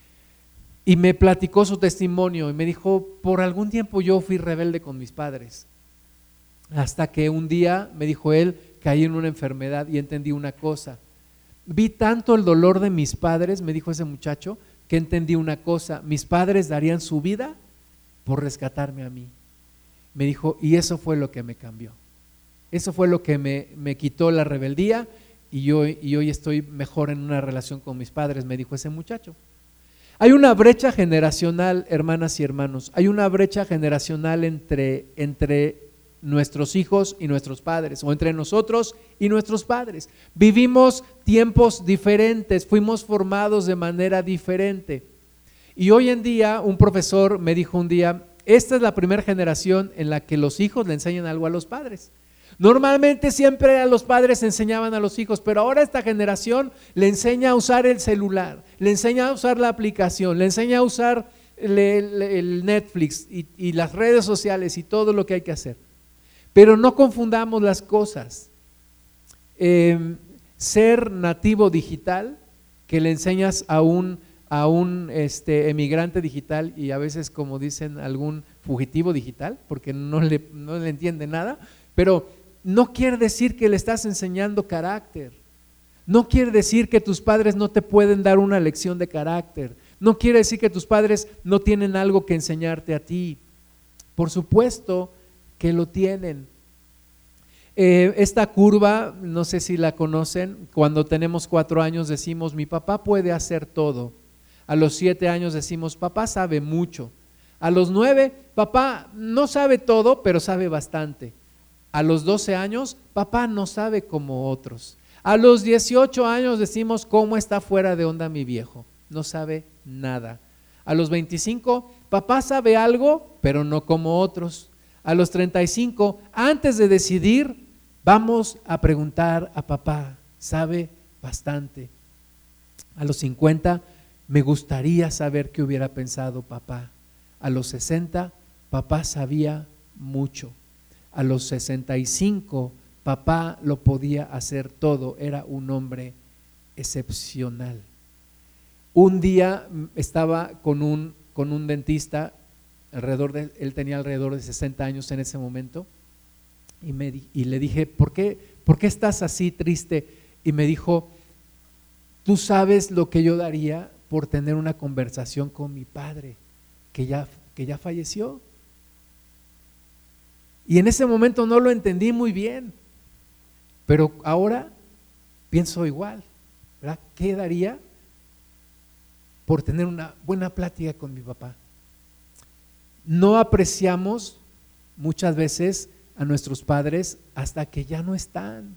Y me platicó su testimonio y me dijo, por algún tiempo yo fui rebelde con mis padres, hasta que un día, me dijo él, caí en una enfermedad y entendí una cosa. Vi tanto el dolor de mis padres, me dijo ese muchacho, que entendí una cosa, mis padres darían su vida por rescatarme a mí. Me dijo, y eso fue lo que me cambió, eso fue lo que me, me quitó la rebeldía y, yo, y hoy estoy mejor en una relación con mis padres, me dijo ese muchacho. Hay una brecha generacional, hermanas y hermanos, hay una brecha generacional entre, entre nuestros hijos y nuestros padres, o entre nosotros y nuestros padres. Vivimos tiempos diferentes, fuimos formados de manera diferente. Y hoy en día, un profesor me dijo un día, esta es la primera generación en la que los hijos le enseñan algo a los padres. Normalmente siempre a los padres enseñaban a los hijos, pero ahora esta generación le enseña a usar el celular, le enseña a usar la aplicación, le enseña a usar el, el, el Netflix y, y las redes sociales y todo lo que hay que hacer. Pero no confundamos las cosas. Eh, ser nativo digital, que le enseñas a un, a un este, emigrante digital y a veces, como dicen, algún fugitivo digital, porque no le, no le entiende nada, pero no quiere decir que le estás enseñando carácter, no quiere decir que tus padres no te pueden dar una lección de carácter, no quiere decir que tus padres no tienen algo que enseñarte a ti. Por supuesto que lo tienen. Eh, esta curva, no sé si la conocen, cuando tenemos cuatro años decimos, mi papá puede hacer todo. A los siete años decimos, papá sabe mucho. A los nueve, papá no sabe todo, pero sabe bastante. A los doce años, papá no sabe como otros. A los dieciocho años decimos, ¿cómo está fuera de onda mi viejo? No sabe nada. A los veinticinco, papá sabe algo, pero no como otros. A los treinta y cinco, antes de decidir, vamos a preguntar a papá, sabe bastante. A los cincuenta, me gustaría saber qué hubiera pensado papá. A los sesenta, papá sabía mucho. A los sesenta y cinco, papá lo podía hacer todo, era un hombre excepcional. Un día estaba con un, con un dentista, alrededor de, él tenía alrededor de sesenta años en ese momento, y, me, y le dije, ¿por qué, ¿por qué estás así triste? Y me dijo, tú sabes lo que yo daría por tener una conversación con mi padre, que ya, que ya falleció. Y en ese momento no lo entendí muy bien, pero ahora pienso igual, ¿verdad? ¿Qué daría por tener una buena plática con mi papá? No apreciamos muchas veces a nuestros padres hasta que ya no están,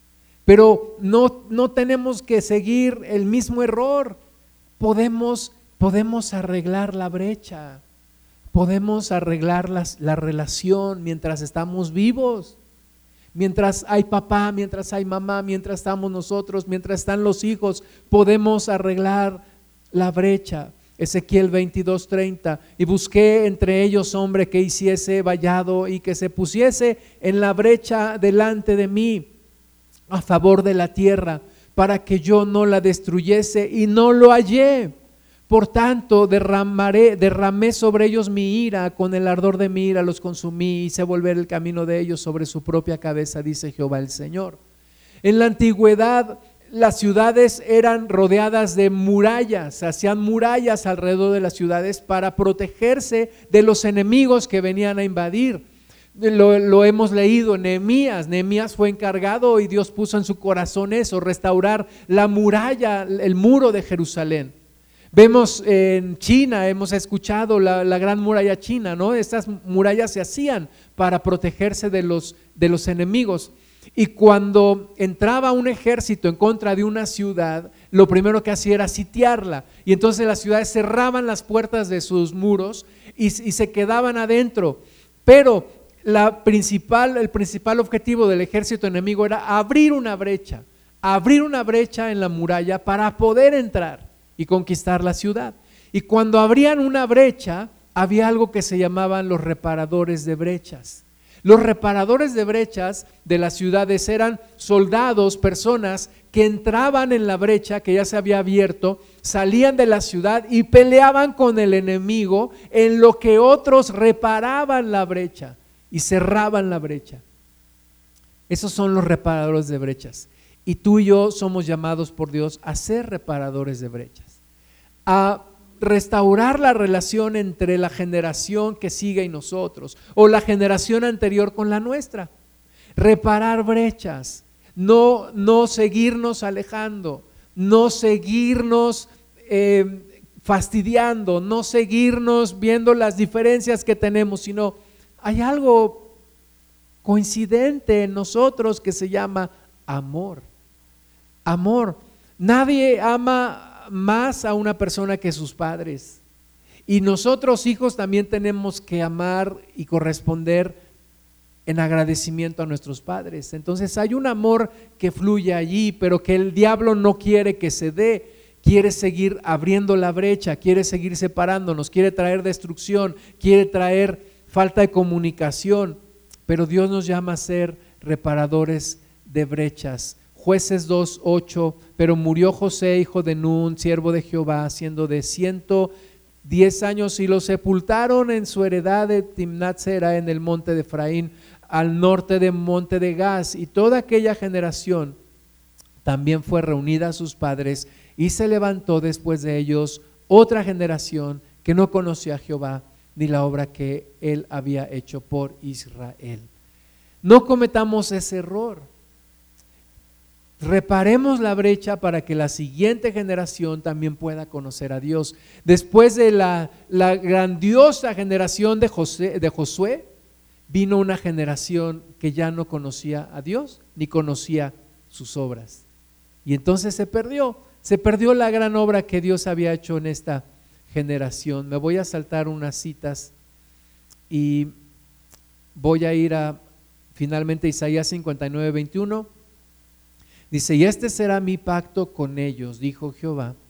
pero no, no tenemos que seguir el mismo error. Podemos, podemos arreglar la brecha. Podemos arreglar las, la relación mientras estamos vivos, mientras hay papá, mientras hay mamá, mientras estamos nosotros, mientras están los hijos, podemos arreglar la brecha. Ezequiel veintidós treinta, y busqué entre ellos hombre que hiciese vallado y que se pusiese en la brecha delante de mí a favor de la tierra, para que yo no la destruyese, y no lo hallé. Por tanto, derramaré, derramé sobre ellos mi ira, con el ardor de mi ira los consumí, hice volver el camino de ellos sobre su propia cabeza, dice Jehová el Señor. En la antigüedad, las ciudades eran rodeadas de murallas, se hacían murallas alrededor de las ciudades para protegerse de los enemigos que venían a invadir. Lo, lo hemos leído en Nehemías. Nehemías fue encargado y Dios puso en su corazón eso, restaurar la muralla, el muro de Jerusalén. Vemos en China, hemos escuchado la, la gran muralla china, ¿no? Estas murallas se hacían para protegerse de los, de los enemigos. Y cuando entraba un ejército en contra de una ciudad, lo primero que hacía era sitiarla. Y entonces las ciudades cerraban las puertas de sus muros y, y se quedaban adentro. Pero la principal, el principal objetivo del ejército enemigo era abrir una brecha, abrir una brecha en la muralla para poder entrar y conquistar la ciudad. Y cuando abrían una brecha, había algo que se llamaban los reparadores de brechas. Los reparadores de brechas de las ciudades eran soldados, personas que entraban en la brecha que ya se había abierto, salían de la ciudad y peleaban con el enemigo en lo que otros reparaban la brecha y cerraban la brecha. Esos son los reparadores de brechas. Y tú y yo somos llamados por Dios a ser reparadores de brechas, a restaurar la relación entre la generación que sigue y nosotros, o la generación anterior con la nuestra. Reparar brechas, no, no seguirnos alejando, no seguirnos eh, fastidiando, no seguirnos viendo las diferencias que tenemos, sino hay algo coincidente en nosotros que se llama amor. Amor. Nadie ama más a una persona que sus padres, y nosotros hijos también tenemos que amar y corresponder en agradecimiento a nuestros padres. Entonces hay un amor que fluye allí, pero que el diablo no quiere que se dé. Quiere seguir abriendo la brecha, quiere seguir separándonos, quiere traer destrucción, quiere traer falta de comunicación, pero Dios nos llama a ser reparadores de brechas. Jueces dos ocho, pero murió José, hijo de Nun, siervo de Jehová, siendo de ciento diez años, y lo sepultaron en su heredad de Timnat Sera, en el monte de Efraín, al norte del monte de Gaz. Y toda aquella generación también fue reunida a sus padres, y se levantó después de ellos otra generación que no conoció a Jehová, ni la obra que él había hecho por Israel. No cometamos ese error. Reparemos la brecha para que la siguiente generación también pueda conocer a Dios. Después de la, la grandiosa generación de, José, de Josué, vino una generación que ya no conocía a Dios ni conocía sus obras. Y entonces se perdió, se perdió la gran obra que Dios había hecho en esta generación. Me voy a saltar unas citas y voy a ir a finalmente Isaías cincuenta y nueve veintiuno. Dice, y este será mi pacto con ellos, dijo Jehová,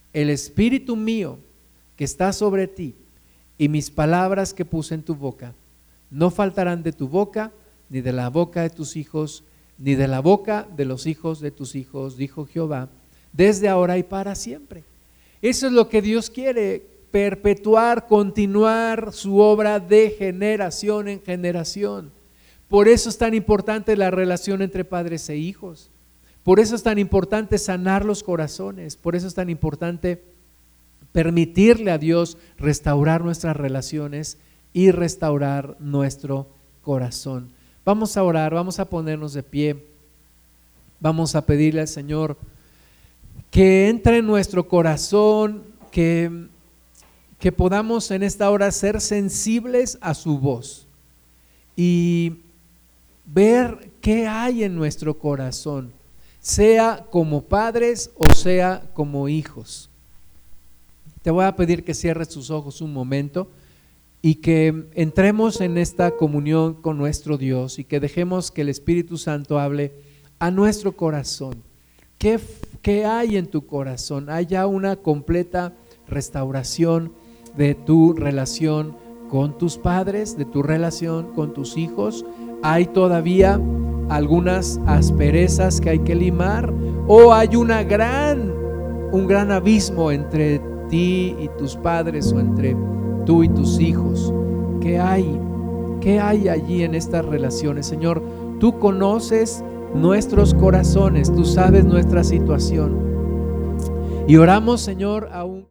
el espíritu mío que está sobre ti y mis palabras que puse en tu boca no faltarán de tu boca, ni de la boca de tus hijos, ni de la boca de los hijos de tus hijos, dijo Jehová, desde ahora y para siempre. Eso es lo que Dios quiere, perpetuar, continuar su obra de generación en generación. Por eso es tan importante la relación entre padres e hijos. Por eso es tan importante sanar los corazones. Por eso es tan importante permitirle a Dios restaurar nuestras relaciones y restaurar nuestro corazón. Vamos a orar, vamos a ponernos de pie. Vamos a pedirle al Señor que entre en nuestro corazón, que, que podamos en esta hora ser sensibles a su voz y ver qué hay en nuestro corazón, sea como padres o sea como hijos. Te voy a pedir que cierres tus ojos un momento y que entremos en esta comunión con nuestro Dios y que dejemos que el Espíritu Santo hable a nuestro corazón. ¿Qué, qué hay en tu corazón? ¿Haya una completa restauración de tu relación con tus padres, de tu relación con tus hijos? ¿Hay todavía algunas asperezas que hay que limar? ¿O hay una gran, un gran abismo entre ti y tus padres o entre tú y tus hijos? ¿Qué hay? ¿Qué hay allí en estas relaciones? Señor, tú conoces nuestros corazones, tú sabes nuestra situación y oramos, Señor, aún